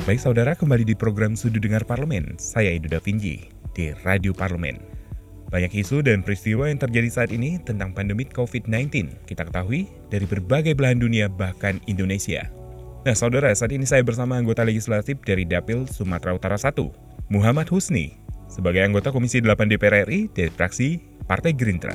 Baik saudara, kembali di program Sudut Dengar Parlemen. Saya Edo Da Vinci di Radio Parlemen. Banyak isu dan peristiwa yang terjadi saat ini tentang pandemi COVID-19 kita ketahui dari berbagai belahan dunia, bahkan Indonesia. Nah saudara, saat ini saya bersama anggota legislatif dari Dapil Sumatera Utara 1, Muhammad Husni, sebagai anggota Komisi 8 DPR RI dari fraksi Partai Gerindra.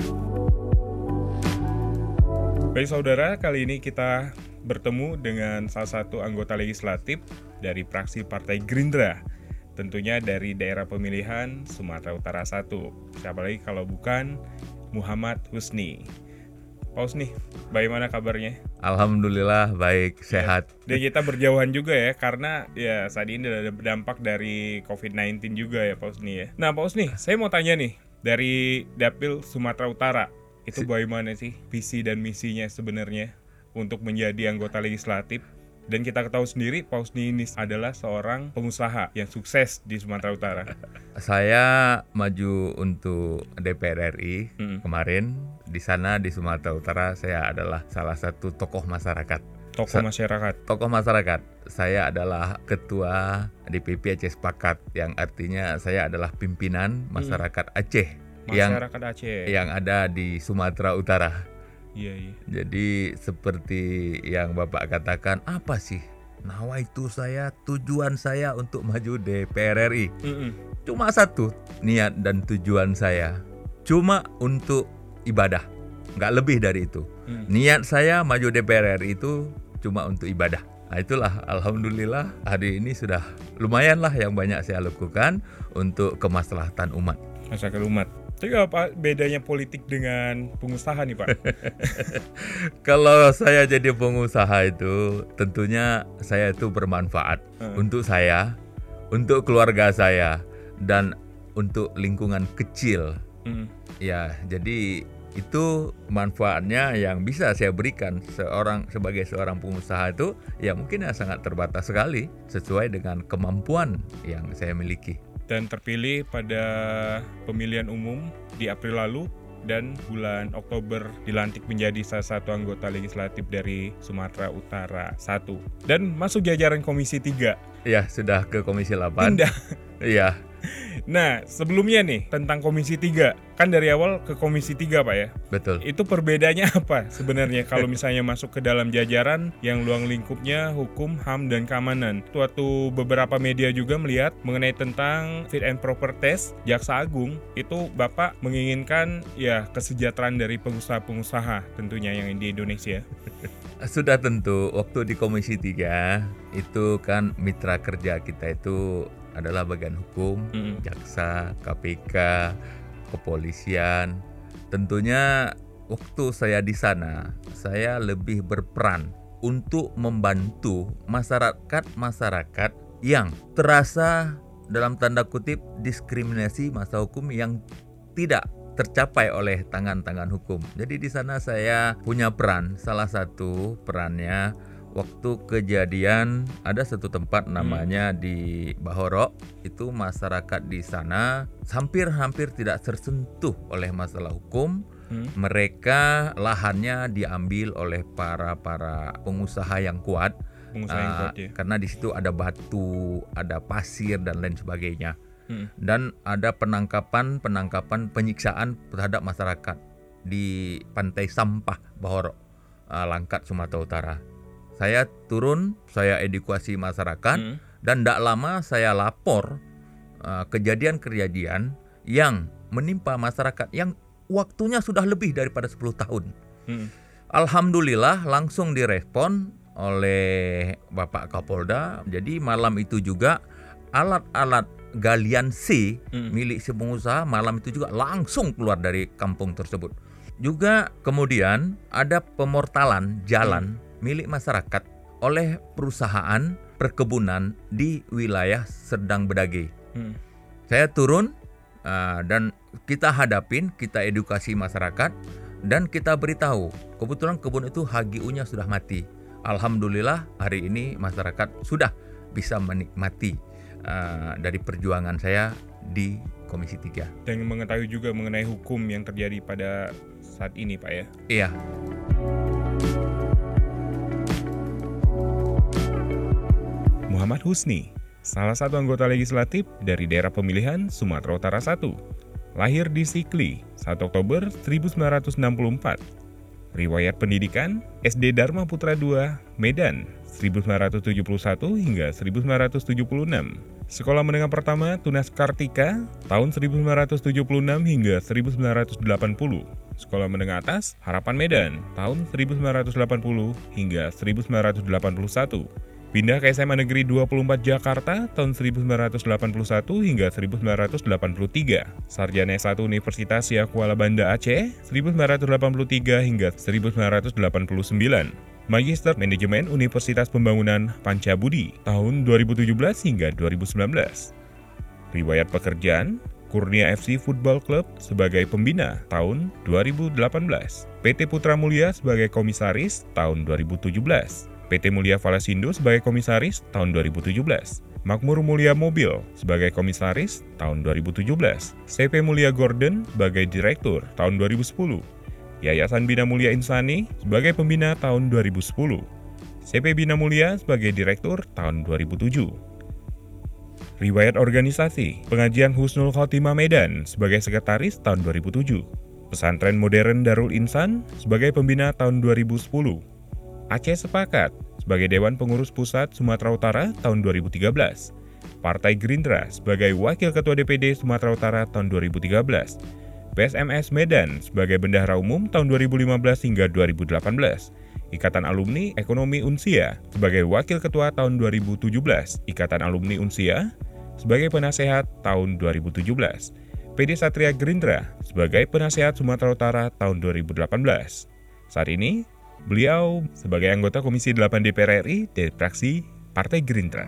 Baik saudara, kali ini kita bertemu dengan salah satu anggota legislatif dari fraksi Partai Gerindra, tentunya dari daerah pemilihan Sumatera Utara 1. Siapa lagi kalau bukan Muhammad Husni. Pak Husni, bagaimana kabarnya? Alhamdulillah baik, sehat. Dan kita berjauhan juga ya, karena ya saat ini ada dampak dari COVID-19 juga ya Pak Husni ya. Nah Pak Husni, saya mau tanya nih, dari Dapil Sumatera Utara, itu bagaimana sih visi dan misinya sebenarnya untuk menjadi anggota legislatif? Dan kita ketahui sendiri, Pak Husni ini adalah seorang pengusaha yang sukses di Sumatera Utara. Saya maju untuk DPR RI kemarin. Di sana di Sumatera Utara saya adalah salah satu tokoh masyarakat. Tokoh masyarakat. Saya adalah ketua DPP Aceh Sepakat, yang artinya saya adalah pimpinan masyarakat Aceh. Aceh yang ada di Sumatera Utara. Iya. Jadi seperti yang Bapak katakan, apa sih nawaitu saya, tujuan saya untuk maju DPR RI? Cuma satu niat dan tujuan saya, cuma untuk ibadah, nggak lebih dari itu. Niat saya maju DPR RI itu cuma untuk ibadah. Nah itulah, alhamdulillah hari ini sudah lumayan lah yang banyak saya lakukan untuk kemaslahatan umat. Masyarakat umat. Tapi apa bedanya politik dengan pengusaha nih Pak? Kalau saya jadi pengusaha itu tentunya saya itu bermanfaat untuk saya, untuk keluarga saya, dan untuk lingkungan kecil. Ya, jadi itu manfaatnya yang bisa saya berikan sebagai seorang pengusaha itu ya mungkin sangat terbatas sekali sesuai dengan kemampuan yang saya miliki. Dan terpilih pada pemilihan umum di April lalu, dan bulan Oktober dilantik menjadi salah satu anggota legislatif dari Sumatera Utara 1. Dan masuk jajaran Komisi 3. Ya, sudah ke Komisi 8. Pindah. Iya. Nah, sebelumnya nih, tentang Komisi 3. Kan dari awal ke Komisi 3 Pak ya? Betul. Itu perbedaannya apa sebenarnya kalau misalnya masuk ke dalam jajaran yang luang lingkupnya hukum, HAM, dan keamanan? Suatu beberapa media juga melihat mengenai tentang fit and proper test Jaksa Agung, itu Bapak menginginkan ya kesejahteraan dari pengusaha-pengusaha tentunya yang di Indonesia. Sudah tentu, waktu di Komisi 3 itu kan mitra kerja kita itu adalah bagian hukum, jaksa, KPK, kepolisian. Tentunya waktu saya di sana, saya lebih berperan untuk membantu masyarakat yang terasa dalam tanda kutip diskriminasi masa hukum yang tidak tercapai oleh tangan-tangan hukum. Jadi di sana saya punya peran. Salah satu perannya waktu kejadian ada satu tempat namanya di Bahorok, itu masyarakat di sana hampir tidak tersentuh oleh masalah hukum. Mereka lahannya diambil oleh para pengusaha yang kuat, karena di situ ada batu, ada pasir dan lain sebagainya. Dan ada penangkapan penyiksaan terhadap masyarakat di pantai sampah Bahorok, Langkat, Sumatera Utara. Saya turun, saya edukasi masyarakat, dan tidak lama saya lapor kejadian-kejadian yang menimpa masyarakat yang waktunya sudah lebih daripada 10 tahun. Alhamdulillah langsung direspon oleh Bapak Kapolda. Jadi malam itu juga alat-alat galian C milik si pengusaha malam itu juga langsung keluar dari kampung tersebut. Juga kemudian ada pemortalan jalan milik masyarakat oleh perusahaan perkebunan di wilayah Serdang Bedage. Saya turun dan kita edukasi masyarakat dan kita beritahu, kebetulan kebun itu HGU-nya sudah mati. Alhamdulillah hari ini masyarakat sudah bisa menikmati dari perjuangan saya di Komisi 3. Dan mengetahui juga mengenai hukum yang terjadi pada saat ini Pak ya? Iya. Muhammad Husni, salah satu anggota legislatif dari daerah pemilihan Sumatera Utara 1. Lahir di Sikli, 1 Oktober 1964. Riwayat pendidikan, SD Dharma Putra II, Medan, 1971 hingga 1976. Sekolah menengah pertama Tunas Kartika, tahun 1976 hingga 1980. Sekolah menengah atas Harapan Medan, tahun 1980 hingga 1981. Pindah ke SMA Negeri 24 Jakarta tahun 1981 hingga 1983. Sarjana S1 Universitas Syah Kuala Banda Aceh 1983 hingga 1989. Magister Manajemen Universitas Pembangunan Pancabudi tahun 2017 hingga 2019. Riwayat pekerjaan Kurnia FC Football Club sebagai pembina tahun 2018. PT Putra Mulia sebagai komisaris tahun 2017. PT Mulia Valasindo sebagai komisaris tahun 2017. Makmur Mulia Mobil sebagai komisaris tahun 2017. CP Mulia Gordon sebagai direktur tahun 2010. Yayasan Bina Mulia Insani sebagai pembina tahun 2010. CP Bina Mulia sebagai direktur tahun 2007. Riwayat organisasi, Pengajian Husnul Khotimah Medan sebagai sekretaris tahun 2007. Pesantren Modern Darul Insan sebagai pembina tahun 2010. Aceh Sepakat sebagai Dewan Pengurus Pusat Sumatera Utara tahun 2013. Partai Gerindra sebagai Wakil Ketua DPD Sumatera Utara tahun 2013. PSMS Medan sebagai Bendahara Umum tahun 2015 hingga 2018. Ikatan Alumni Ekonomi Unsia sebagai Wakil Ketua tahun 2017. Ikatan Alumni Unsia sebagai Penasehat tahun 2017. PD Satria Gerindra sebagai Penasehat Sumatera Utara tahun 2018. Saat ini, beliau sebagai anggota Komisi 8 DPR RI dari fraksi Partai Gerindra.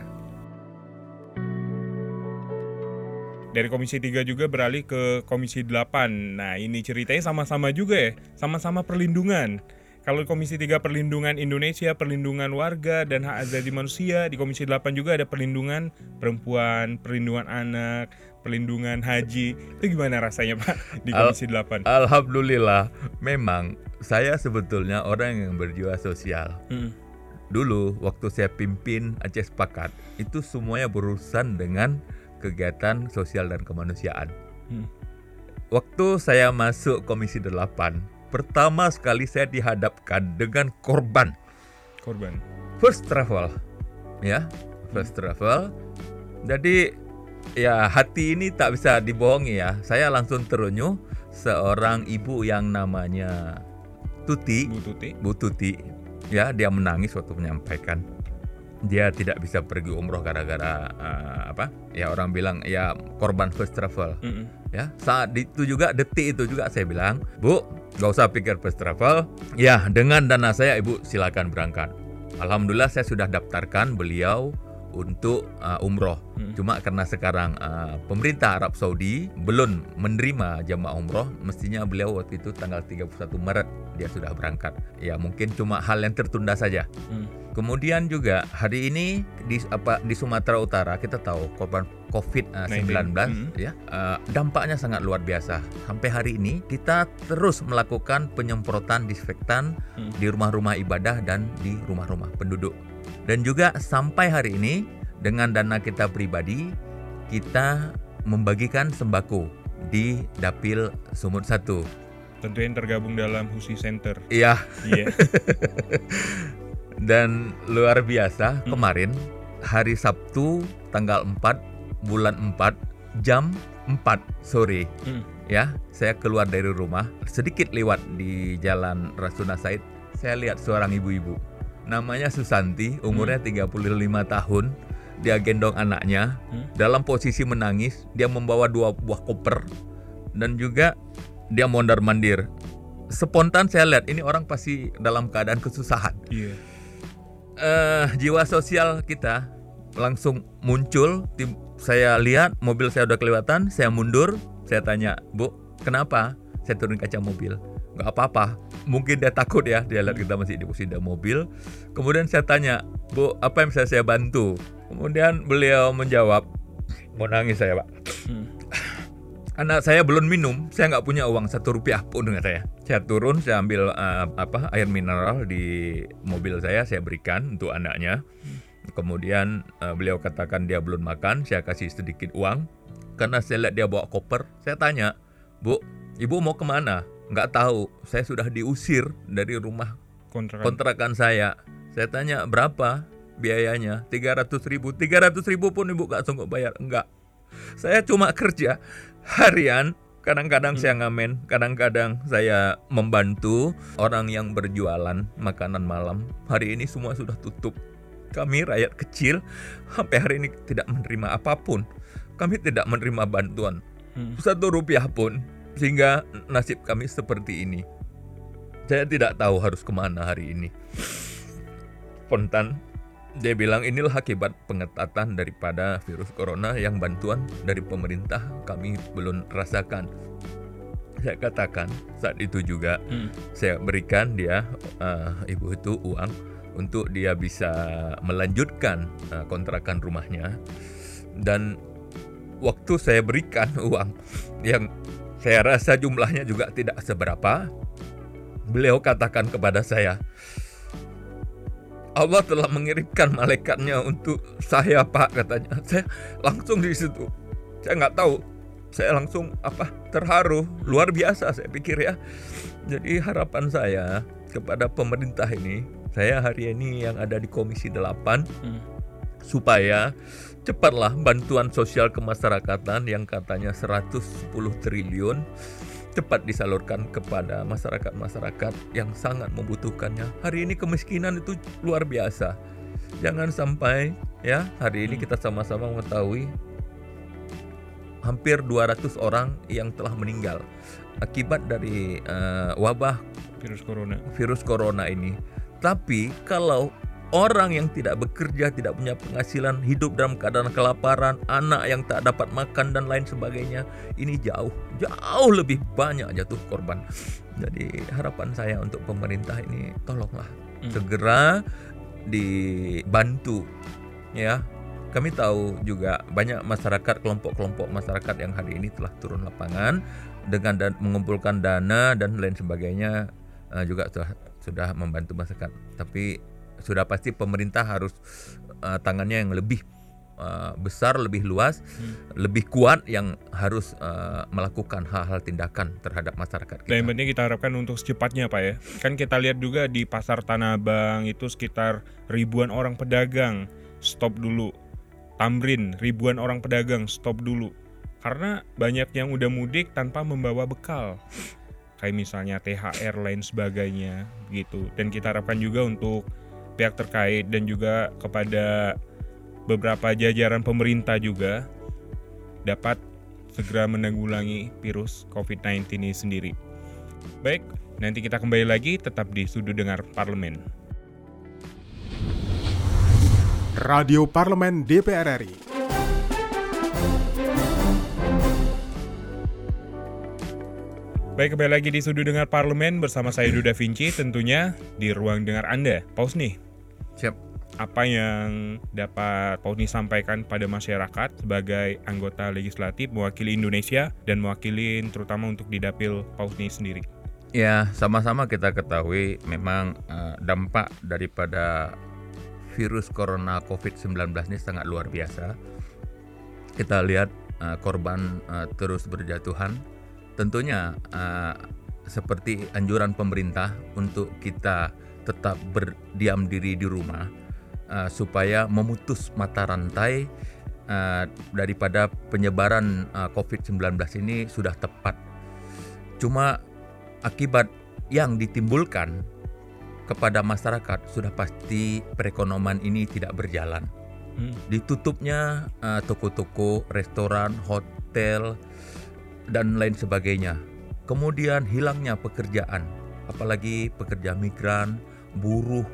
Dari Komisi 3 juga beralih ke Komisi 8. Nah, ini ceritanya sama-sama juga ya, sama-sama perlindungan. Kalau Komisi 3 Perlindungan Indonesia, Perlindungan Warga dan Hak Asasi Manusia, di Komisi 8 juga ada perlindungan perempuan, perlindungan anak, perlindungan haji. Itu gimana rasanya Pak di Komisi 8? Alhamdulillah, memang saya sebetulnya orang yang berjiwa sosial. Dulu waktu saya pimpin Aceh Sepakat, itu semuanya berurusan dengan kegiatan sosial dan kemanusiaan. Waktu saya masuk Komisi 8, pertama sekali saya dihadapkan dengan korban. First travel. Ya, first travel. Jadi ya hati ini tak bisa dibohongi ya. Saya langsung terenyuh seorang ibu yang namanya Bu Tuti. Ya, dia menangis waktu menyampaikan dia tidak bisa pergi umroh gara-gara ya orang bilang ya korban first travel. Ya, saat itu juga detik itu juga saya bilang, Bu, gak usah pikir first travel. Ya, dengan dana saya Ibu silakan berangkat. Alhamdulillah saya sudah daftarkan beliau untuk umroh. Cuma karena sekarang pemerintah Arab Saudi belum menerima jemaah umroh, mestinya beliau waktu itu tanggal 31 Maret dia sudah berangkat. Ya, mungkin cuma hal yang tertunda saja. Kemudian juga hari ini di Sumatera Utara kita tahu korban COVID-19 ya, dampaknya sangat luar biasa. Sampai hari ini kita terus melakukan penyemprotan disinfektan di rumah-rumah ibadah dan di rumah-rumah penduduk. Dan juga sampai hari ini dengan dana kita pribadi kita membagikan sembako di Dapil Sumut 1. Tentu yang tergabung dalam Husi Center. Iya. Dan luar biasa, kemarin hari Sabtu tanggal 4 bulan 4 jam 4 sore ya, saya keluar dari rumah, sedikit lewat di Jalan Rasuna Said, saya lihat seorang ibu-ibu namanya Susanti, umurnya 35 tahun. Dia gendong anaknya dalam posisi menangis, dia membawa 2 buah koper dan juga dia mondar-mandir. Spontan saya lihat ini orang pasti dalam keadaan kesusahan. Jiwa sosial kita langsung muncul. Saya lihat mobil saya udah kelewatan, saya mundur, saya tanya, Bu, kenapa? Saya turun kaca mobil. Gak apa-apa, mungkin dia takut ya, dia lihat kita masih di posisi mobil. Kemudian saya tanya, Bu, apa yang bisa saya bantu? Kemudian beliau menjawab, mau nangis saya Pak. Anak saya belum minum, saya nggak punya uang 1 rupiah pun dengan saya. Saya turun, saya ambil air mineral di mobil saya berikan untuk anaknya. Kemudian beliau katakan dia belum makan, saya kasih sedikit uang. Karena saya lihat dia bawa koper, saya tanya, "Bu, Ibu mau kemana?" Nggak tahu, saya sudah diusir dari rumah kontrakan saya. Saya tanya, "Berapa biayanya?" 300.000. 300.000 pun Ibu nggak sanggup bayar. Enggak. Saya cuma kerja harian. Kadang-kadang saya ngamen, kadang-kadang saya membantu orang yang berjualan makanan malam. Hari ini semua sudah tutup. Kami rakyat kecil sampai hari ini tidak menerima apapun. Kami tidak menerima bantuan 1 rupiah pun. Sehingga nasib kami seperti ini. Saya tidak tahu harus kemana hari ini. Spontan dia bilang inilah akibat pengetatan daripada virus corona yang bantuan dari pemerintah kami belum rasakan. Saya katakan saat itu juga saya berikan dia ibu itu uang untuk dia bisa melanjutkan kontrakan rumahnya. Dan waktu saya berikan uang yang saya rasa jumlahnya juga tidak seberapa, beliau katakan kepada saya, "Allah telah mengirimkan malaikatnya untuk saya, Pak," katanya. Saya langsung di situ, saya nggak tahu, saya langsung terharu, luar biasa saya pikir ya. Jadi harapan saya kepada pemerintah ini, saya hari ini yang ada di Komisi 8, supaya cepatlah bantuan sosial kemasyarakatan yang katanya 110 triliun cepat disalurkan kepada masyarakat-masyarakat yang sangat membutuhkannya. Hari ini kemiskinan itu luar biasa. Jangan sampai ya hari ini kita sama-sama mengetahui hampir 200 orang yang telah meninggal akibat dari wabah virus corona ini. Tapi kalau orang yang tidak bekerja, tidak punya penghasilan, hidup dalam keadaan kelaparan, anak yang tak dapat makan dan lain sebagainya, ini jauh lebih banyak jatuh korban. Jadi harapan saya untuk pemerintah ini, tolonglah segera dibantu ya. Kami tahu juga banyak masyarakat, kelompok-kelompok masyarakat yang hari ini telah turun lapangan dengan mengumpulkan dana dan lain sebagainya, juga sudah membantu masyarakat. Tapi sudah pasti pemerintah harus tangannya yang lebih besar, lebih luas, lebih kuat, yang harus melakukan hal-hal tindakan terhadap masyarakat kita. Dan yang penting kita harapkan untuk secepatnya, Pak ya. Kan kita lihat juga di pasar Tanah Abang itu sekitar ribuan orang pedagang stop dulu. Tamrin, ribuan orang pedagang stop dulu. Karena banyak yang udah mudik tanpa membawa bekal. Kayak misalnya THR lain sebagainya gitu. Dan kita harapkan juga untuk pihak terkait dan juga kepada beberapa jajaran pemerintah juga dapat segera menanggulangi virus COVID-19 ini sendiri. Baik, nanti kita kembali lagi tetap di Sudut Dengar Parlemen. Radio Parlemen DPR RI. Baik, kembali lagi di Sudut Dengar Parlemen bersama saya Duda Vinci, tentunya di ruang dengar Anda. Paus nih. Siap. Apa yang dapat Paus nih sampaikan pada masyarakat sebagai anggota legislatif mewakili Indonesia dan mewakili terutama untuk di dapil Paus nih sendiri? Ya, sama-sama kita ketahui memang dampak daripada virus corona COVID-19 ini sangat luar biasa. Kita lihat korban terus berjatuhan. Tentunya seperti anjuran pemerintah untuk kita tetap berdiam diri di rumah supaya memutus mata rantai daripada penyebaran COVID-19 ini sudah tepat. Cuma akibat yang ditimbulkan kepada masyarakat sudah pasti perekonomian ini tidak berjalan. Ditutupnya toko-toko, restoran, hotel, dan lain sebagainya. Kemudian hilangnya pekerjaan, apalagi pekerja migran, buruh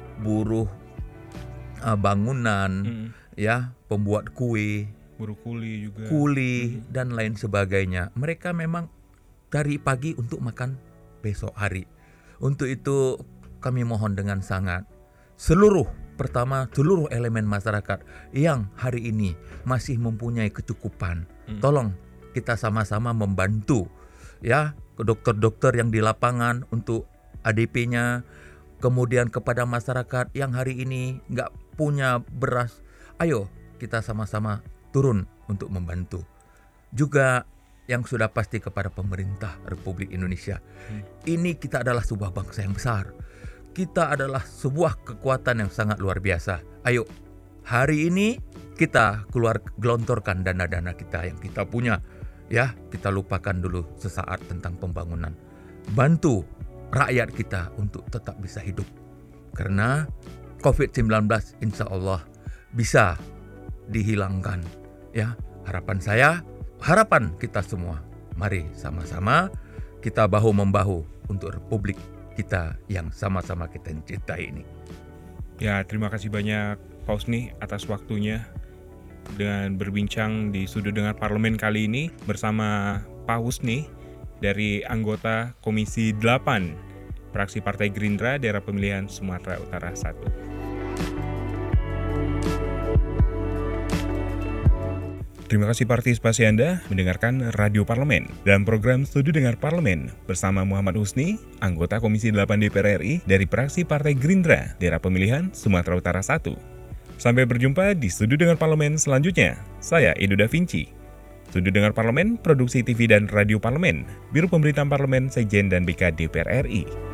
bangunan, ya, pembuat kue, Buruh kuli juga. dan lain sebagainya. Mereka memang dari pagi untuk makan besok hari. Untuk itu kami mohon dengan sangat seluruh elemen masyarakat yang hari ini masih mempunyai kecukupan, tolong kita sama-sama membantu ya dokter-dokter yang di lapangan untuk ADP-nya, kemudian kepada masyarakat yang hari ini nggak punya beras, ayo kita sama-sama turun untuk membantu. Juga yang sudah pasti kepada pemerintah Republik Indonesia. Ini kita adalah sebuah bangsa yang besar. Kita adalah sebuah kekuatan yang sangat luar biasa. Ayo, hari ini kita gelontorkan dana-dana kita yang kita punya. Ya, kita lupakan dulu sesaat tentang pembangunan. Bantu rakyat kita untuk tetap bisa hidup. Karena COVID-19 insya Allah bisa dihilangkan. Ya, harapan kita semua. Mari sama-sama kita bahu-membahu untuk Republik kita yang sama-sama kita cintai ini. Ya, terima kasih banyak Pak Husni atas waktunya dengan berbincang di Sudut Dengar Parlemen kali ini bersama Pak Husni dari anggota Komisi 8 Fraksi Partai Gerindra Daerah Pemilihan Sumatera Utara 1. Terima kasih partisipasi Anda mendengarkan Radio Parlemen dalam program Sudut Dengar Parlemen bersama Muhammad Husni, anggota Komisi 8 DPR RI dari Fraksi Partai Gerindra Daerah Pemilihan Sumatera Utara 1. Sampai berjumpa di Sudut Dengar Parlemen selanjutnya. Saya Edo Da Vinci. Sudut Dengar Parlemen, Produksi TV dan Radio Parlemen, Biro Pemberitaan Parlemen, Sekjen dan BK DPR RI.